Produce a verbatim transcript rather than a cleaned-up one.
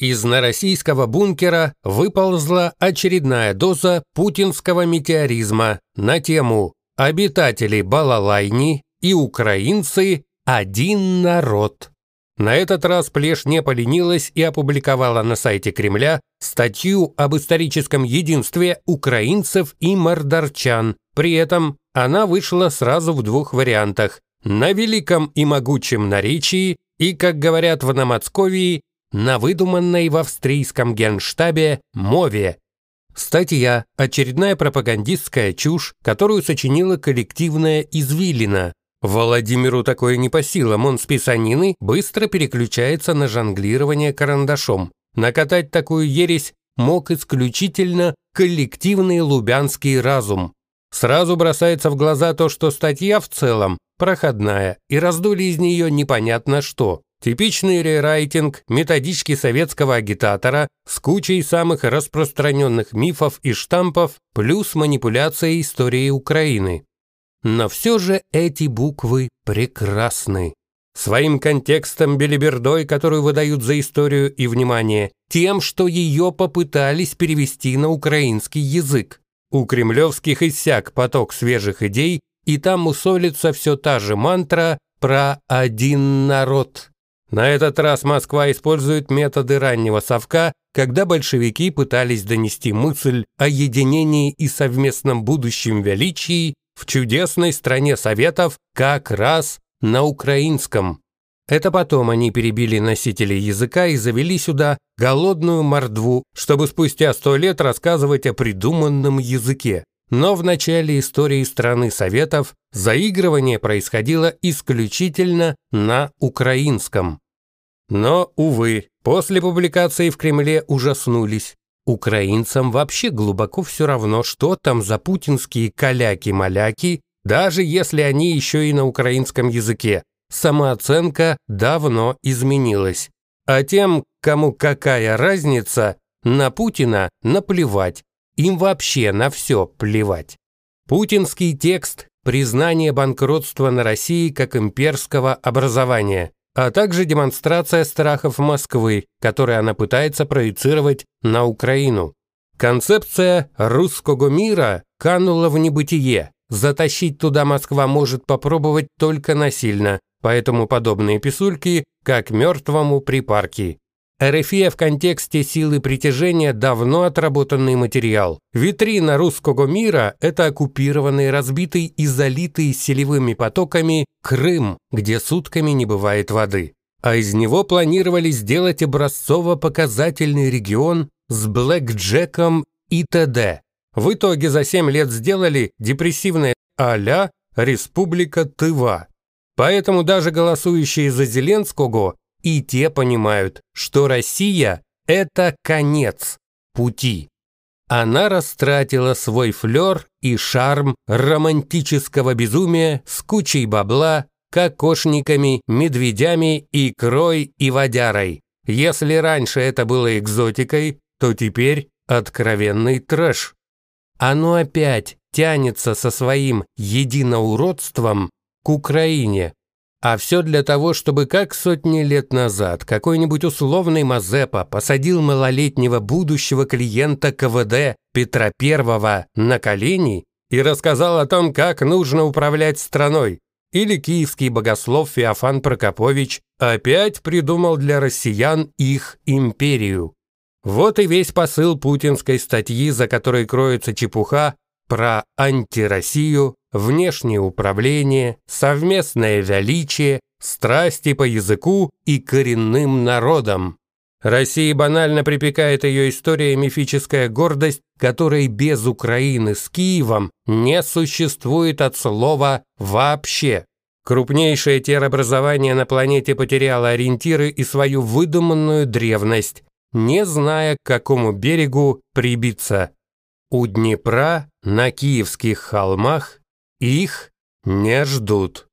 Из нароссийского бункера выползла очередная доза путинского метеоризма на тему «Обитатели Балалайни и украинцы – один народ». На этот раз Плешь не поленилась и опубликовала на сайте Кремля статью об историческом единстве украинцев и мордорчан. При этом она вышла сразу в двух вариантах – на великом и могучем наречии и, как говорят в Намацковии, на выдуманной в австрийском генштабе мове. Статья – очередная пропагандистская чушь, которую сочинила коллективная извилина. Владимиру такое не по силам, он с писанины быстро переключается на жонглирование карандашом. Накатать такую ересь мог исключительно коллективный лубянский разум. Сразу бросается в глаза то, что статья в целом проходная, и раздули из нее непонятно что. Типичный рерайтинг методички советского агитатора с кучей самых распространенных мифов и штампов, плюс манипуляция историей Украины. Но все же эти буквы прекрасны. Своим контекстом, белибердой, которую выдают за историю и внимание, тем, что ее попытались перевести на украинский язык. У кремлевских иссяк поток свежих идей, и там мусолится все та же мантра про «один народ». На этот раз Москва использует методы раннего совка, когда большевики пытались донести мысль о единении и совместном будущем величии в чудесной стране Советов как раз на украинском. Это потом они перебили носителей языка и завели сюда голодную мордву, чтобы спустя сто лет рассказывать о придуманном языке. Но в начале истории страны Советов заигрывание происходило исключительно на украинском. Но, увы, после публикации в Кремле ужаснулись. Украинцам вообще глубоко все равно, что там за путинские каляки-маляки, даже если они еще и на украинском языке. Самооценка давно изменилась. А тем, кому какая разница, на Путина наплевать. Им вообще на все плевать. Путинский текст – признание банкротства на России как имперского образования, а также демонстрация страхов Москвы, которые она пытается проецировать на Украину. Концепция русского мира канула в небытие. Затащить туда Москва может попробовать только насильно, поэтому подобные писульки как мертвому припарки. РФИ в контексте силы притяжения давно отработанный материал. Витрина русского мира – это оккупированный, разбитый и залитый селевыми потоками Крым, где сутками не бывает воды. А из него планировали сделать образцово-показательный регион с блэкджеком и т.д. В итоге за семь лет сделали депрессивное а-ля Республика Тыва. Поэтому даже голосующие за Зеленского и те понимают, что Россия – это конец пути. Она растратила свой флер и шарм романтического безумия с кучей бабла, кокошниками, медведями, икрой и водярой. Если раньше это было экзотикой, то теперь откровенный трэш. Оно опять тянется со своим единоуродством к Украине. А все для того, чтобы как сотни лет назад какой-нибудь условный Мазепа посадил малолетнего будущего клиента ка вэ дэ Петра Первого на колени и рассказал о том, как нужно управлять страной. Или киевский богослов Феофан Прокопович опять придумал для россиян их империю. Вот и весь посыл путинской статьи, за которой кроется чепуха про антироссию, внешнее управление, совместное величие, страсти по языку и коренным народам. России банально припекает ее история и мифическая гордость, которой без Украины с Киевом не существует от слова «вообще». Крупнейшее теробразование на планете потеряло ориентиры и свою выдуманную древность, не зная, к какому берегу прибиться. У Днепра на киевских холмах их не ждут.